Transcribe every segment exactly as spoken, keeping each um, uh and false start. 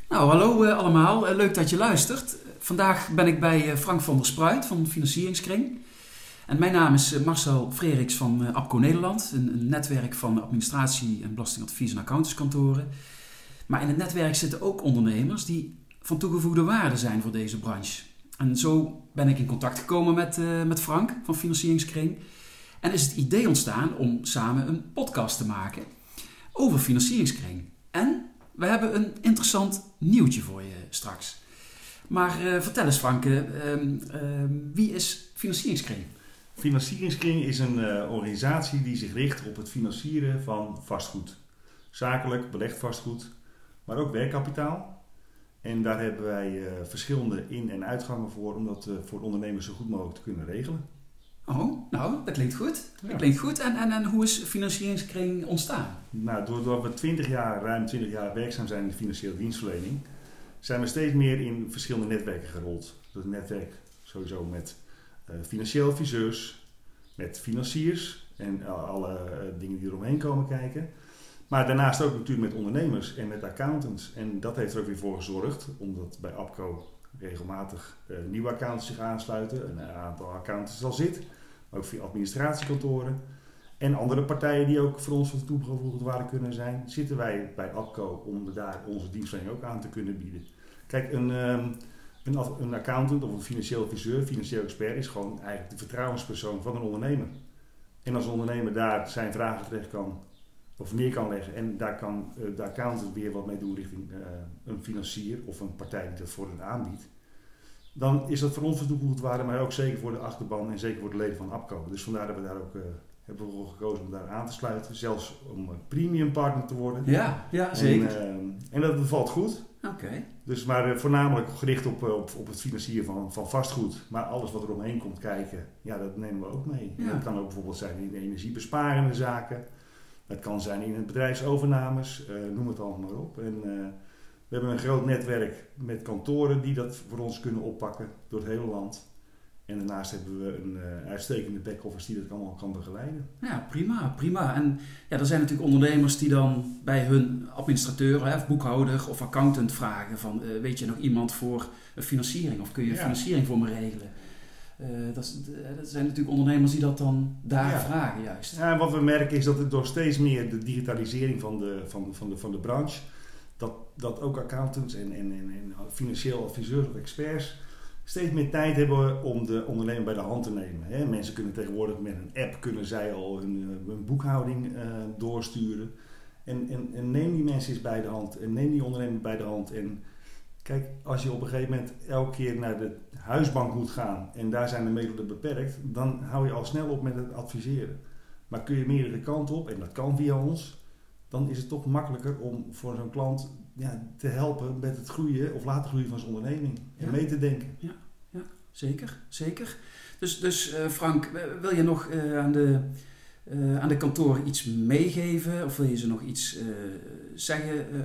Nou, hallo uh, allemaal. Uh, leuk dat je luistert. Uh, vandaag ben ik bij uh, Frank van der Spruit van Financieringskring. En mijn naam is uh, Marcel Freriks van uh, ABCO Nederland. Een, een netwerk van administratie- en belastingadvies- en accountantskantoren. Maar in het netwerk zitten ook ondernemers die van toegevoegde waarde zijn voor deze branche. En zo ben ik in contact gekomen met, uh, met Frank van Financieringskring. En is het idee ontstaan om samen een podcast te maken over Financieringskring. En we hebben een interessant nieuwtje voor je straks. Maar uh, vertel eens Frank, uh, uh, wie is Financieringskring? Financieringskring is een uh, organisatie die zich richt op het financieren van vastgoed. Zakelijk, belegd vastgoed, maar ook werkkapitaal. En daar hebben wij uh, verschillende in- en uitgangen voor om dat uh, voor ondernemers zo goed mogelijk te kunnen regelen. Oh, nou, dat klinkt goed. Ja. Dat klinkt goed. En, en, en hoe is Financieringskring ontstaan? Nou, doordat we twintig jaar, ruim twintig jaar werkzaam zijn in de financiële dienstverlening, zijn we steeds meer in verschillende netwerken gerold. Dat netwerk sowieso met uh, financieel adviseurs, met financiers en uh, alle uh, dingen die eromheen komen kijken. Maar daarnaast ook natuurlijk met ondernemers en met accountants. En dat heeft er ook weer voor gezorgd, omdat bij ABCO regelmatig uh, nieuwe accountants zich aansluiten. Een aantal accountants al zit, ook via administratiekantoren. En andere partijen die ook voor ons van toegevoegde waarde kunnen zijn, zitten wij bij ABCO om daar onze dienstverlening ook aan te kunnen bieden. Kijk, een, um, een, een accountant of een financieel adviseur, financieel expert is gewoon eigenlijk de vertrouwenspersoon van een ondernemer. En als een ondernemer daar zijn vragen terecht kan of neer kan leggen en daar kan uh, de accountant weer wat mee doen richting uh, een financier of een partij die dat voor hen aanbiedt, dan is dat voor ons van toegevoegde waarde, maar ook zeker voor de achterban en zeker voor de leden van ABCO. Dus vandaar dat we daar ook uh, hebben we ervoor gekozen om daar aan te sluiten, zelfs om een premium partner te worden. Ja, ja zeker. En, uh, en dat bevalt goed. Oké. Okay. Dus maar uh, voornamelijk gericht op, uh, op, op het financieren van, van vastgoed. Maar alles wat er omheen komt kijken, ja, dat nemen we ook mee. Ja. Dat kan ook bijvoorbeeld zijn in energiebesparende zaken. Dat kan zijn in het bedrijfsovernames, uh, noem het allemaal maar op. En uh, we hebben een groot netwerk met kantoren die dat voor ons kunnen oppakken door het hele land. En daarnaast hebben we een uh, uitstekende back-office die dat allemaal kan begeleiden. Ja, prima, prima. En ja, er zijn natuurlijk ondernemers die dan bij hun administrateur, hè, of boekhouder of accountant vragen van uh, weet je nog iemand voor een financiering of kun je ja. financiering voor me regelen? Uh, dat, is, dat zijn natuurlijk ondernemers die dat dan daar ja. vragen juist. Ja, wat we merken is dat het door steeds meer de digitalisering van de, van, van de, van de branche, dat, dat ook accountants en, en, en, en financieel adviseurs of experts steeds meer tijd hebben om de ondernemer bij de hand te nemen. Hè. Mensen kunnen tegenwoordig met een app kunnen zij al hun, hun boekhouding uh, doorsturen. En, en, en neem die mensen eens bij de hand en neem die ondernemer bij de hand. En kijk, als je op een gegeven moment elke keer naar de huisbank moet gaan en daar zijn de middelen beperkt, dan hou je al snel op met het adviseren. Maar kun je meerdere kanten op, en dat kan via ons, dan is het toch makkelijker om voor zo'n klant ja, te helpen met het groeien of laten groeien van zijn onderneming. En ja. mee te denken. Ja, ja zeker, zeker. Dus, dus uh, Frank, wil je nog uh, aan, de, uh, aan de kantoren iets meegeven? Of wil je ze nog iets uh, zeggen uh,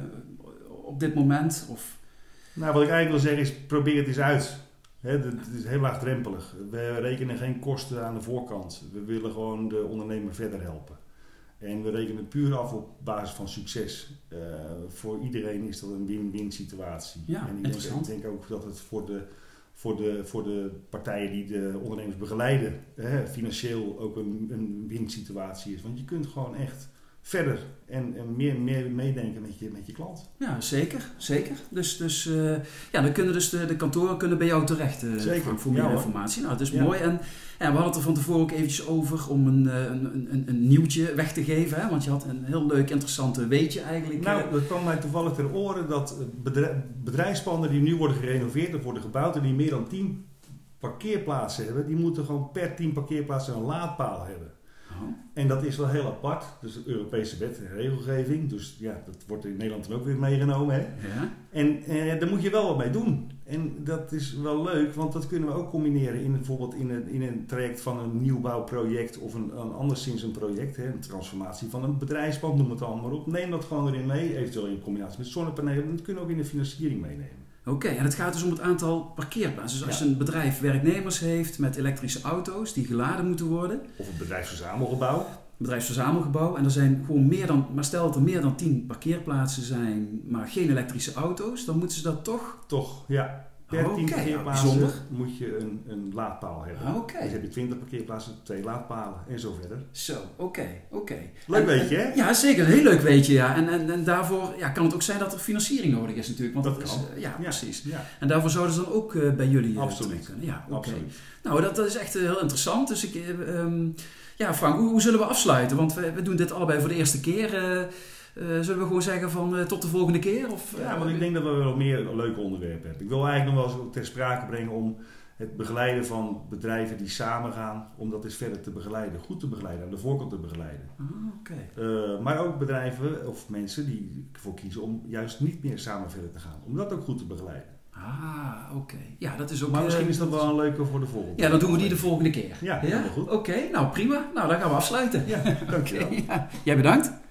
op dit moment? Of? Nou, wat ik eigenlijk wil zeggen is, probeer het eens uit. He, het is heel laagdrempelig. We rekenen geen kosten aan de voorkant. We willen gewoon de ondernemer verder helpen. En we rekenen puur af op basis van succes. Uh, voor iedereen is dat een win-win situatie. Ja, en ik denk, ik denk ook dat het voor de, voor, de, voor de partijen die de ondernemers begeleiden, hè, financieel ook een, een win-situatie is. Want je kunt gewoon echt verder en, en meer, meer meedenken met je, met je klant. Ja, zeker. zeker. Dus, dus uh, ja, dan kunnen dus de, de kantoren kunnen bij jou terecht uh, zeker. voor meer ja, informatie. Nou, dat is ja. mooi. En ja, we hadden het er van tevoren ook eventjes over om een, een, een, een nieuwtje weg te geven. Hè? Want je had een heel leuk, interessante weetje eigenlijk. Nou, dat kwam mij toevallig ter oren dat bedrijfspanden die nu worden gerenoveerd of worden gebouwd en die meer dan tien parkeerplaatsen hebben, die moeten gewoon per tien parkeerplaatsen een laadpaal hebben. Oh. En dat is wel heel apart. Dus de Europese wet en regelgeving. Dus ja, dat wordt in Nederland dan ook weer meegenomen. Hè? Ja. En eh, daar moet je wel wat mee doen. En dat is wel leuk, want dat kunnen we ook combineren in bijvoorbeeld in een, in een traject van een nieuwbouwproject of een, een anderszins een project. Hè? Een transformatie van een bedrijfspand, noem het allemaal maar op. Neem dat gewoon erin mee, eventueel in combinatie met zonnepanelen. Dat kunnen we ook in de financiering meenemen. Oké, okay, en het gaat dus om het aantal parkeerplaatsen. Dus als ja. een bedrijf werknemers heeft met elektrische auto's die geladen moeten worden. Of een bedrijfsverzamelgebouw. bedrijfsverzamelgebouw. En er zijn gewoon meer dan, maar stel dat er meer dan tien parkeerplaatsen zijn, maar geen elektrische auto's, dan moeten ze dat toch... Toch, ja. Per Oh, tien oké, parkeerplaatsen ja, moet je een, een laadpaal hebben. Ah, oké. Dus heb je twintig parkeerplaatsen, twee laadpalen en zo verder. Zo, oké, oké. Okay. Leuk weetje, hè? Ja, zeker. Een heel leuk weetje, ja. En, en, en daarvoor ja, kan het ook zijn dat er financiering nodig is natuurlijk. Want Dat dat kan. Is, uh, ja, Ja, precies. ja. En daarvoor zouden ze dan ook uh, bij jullie uh, Absoluut. terecht kunnen. Ja, oké. Absoluut. Nou, dat, dat is echt uh, heel interessant. Dus ik... Uh, um, ja, Frank, hoe, hoe zullen we afsluiten? Want we, we doen dit allebei voor de eerste keer. Uh, Uh, zullen we gewoon zeggen van uh, tot de volgende keer? Of, uh, ja, want ik denk dat we wel meer leuke onderwerpen hebben. Ik wil eigenlijk nog wel eens ter sprake brengen om het begeleiden van bedrijven die samen gaan, om dat eens verder te begeleiden, goed te begeleiden, aan de voorkant te begeleiden. Ah, okay. uh, maar ook bedrijven of mensen die ervoor kiezen om juist niet meer samen verder te gaan, om dat ook goed te begeleiden. Ah, oké. Okay. Ja, dat is ook... Maar uh, misschien is dat wel een leuke voor de volgende. Ja, dan doen we die de volgende keer. Ja, ja? heel goed. Oké, okay, nou prima. Nou, dan gaan we afsluiten. Ja, dankjewel. Okay, ja. Jij bedankt.